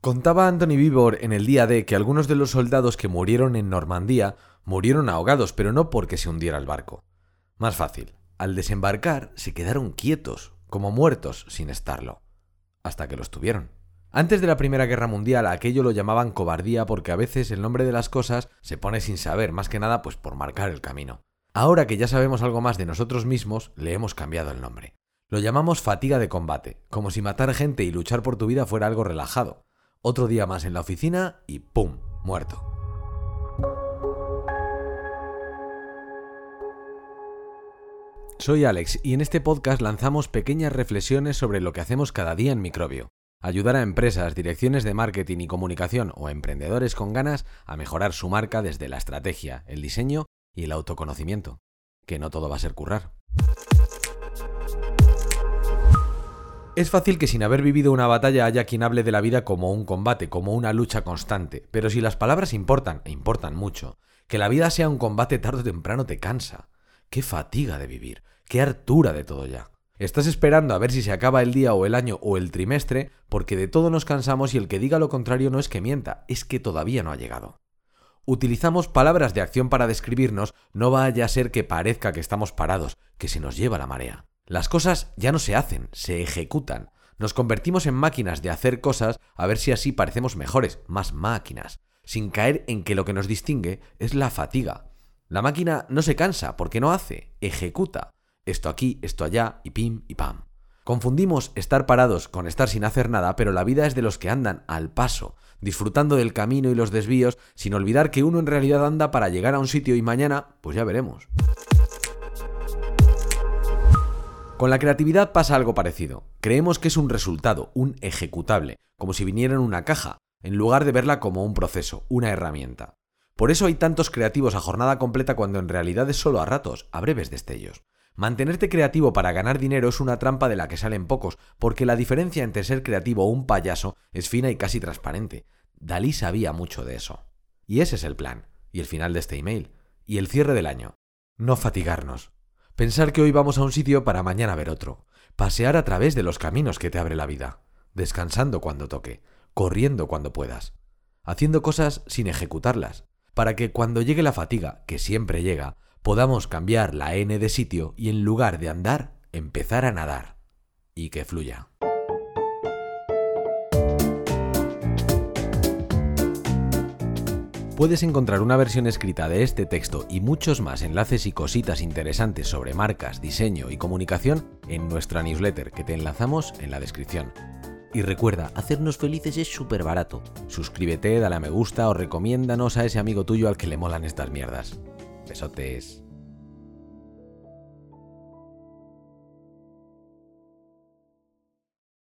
Contaba Anthony Beevor en el día D que algunos de los soldados que murieron en Normandía murieron ahogados, pero no porque se hundiera el barco. Más fácil, al desembarcar se quedaron quietos, como muertos sin estarlo, hasta que los tuvieron. Antes de la Primera Guerra Mundial aquello lo llamaban cobardía porque a veces el nombre de las cosas se pone sin saber, más que nada pues por marcar el camino. Ahora que ya sabemos algo más de nosotros mismos, le hemos cambiado el nombre. Lo llamamos fatiga de combate, como si matar gente y luchar por tu vida fuera algo relajado. Otro día más en la oficina y ¡pum!, muerto. Soy Alex y en este podcast lanzamos pequeñas reflexiones sobre lo que hacemos cada día en Microbio. Ayudar a empresas, direcciones de marketing y comunicación o emprendedores con ganas a mejorar su marca desde la estrategia, el diseño y el autoconocimiento. Que no todo va a ser currar. Es fácil que sin haber vivido una batalla haya quien hable de la vida como un combate, como una lucha constante. Pero si las palabras importan, e importan mucho, que la vida sea un combate tarde o temprano te cansa. ¡Qué fatiga de vivir! ¡Qué hartura de todo ya! Estás esperando a ver si se acaba el día o el año o el trimestre, porque de todo nos cansamos y el que diga lo contrario no es que mienta, es que todavía no ha llegado. Utilizamos palabras de acción para describirnos, no vaya a ser que parezca que estamos parados, que se nos lleva la marea. Las cosas ya no se hacen, se ejecutan. Nos convertimos en máquinas de hacer cosas a ver si así parecemos mejores, más máquinas, sin caer en que lo que nos distingue es la fatiga. La máquina no se cansa porque no hace, ejecuta. Esto aquí, esto allá y pim y pam. Confundimos estar parados con estar sin hacer nada, pero la vida es de los que andan al paso, disfrutando del camino y los desvíos, sin olvidar que uno en realidad anda para llegar a un sitio y mañana, pues ya veremos. Con la creatividad pasa algo parecido. Creemos que es un resultado, un ejecutable, como si viniera en una caja, en lugar de verla como un proceso, una herramienta. Por eso hay tantos creativos a jornada completa cuando en realidad es solo a ratos, a breves destellos. Mantenerte creativo para ganar dinero es una trampa de la que salen pocos, porque la diferencia entre ser creativo o un payaso es fina y casi transparente. Dalí sabía mucho de eso. Y ese es el plan, y el final de este email, y el cierre del año. No fatigarnos. Pensar que hoy vamos a un sitio para mañana ver otro. Pasear a través de los caminos que te abre la vida. Descansando cuando toque. Corriendo cuando puedas. Haciendo cosas sin ejecutarlas. Para que cuando llegue la fatiga, que siempre llega, podamos cambiar la N de sitio y en lugar de andar, empezar a nadar. Y que fluya. Puedes encontrar una versión escrita de este texto y muchos más enlaces y cositas interesantes sobre marcas, diseño y comunicación en nuestra newsletter que te enlazamos en la descripción. Y recuerda, hacernos felices es súper barato. Suscríbete, dale a me gusta o recomiéndanos a ese amigo tuyo al que le molan estas mierdas. Besotes.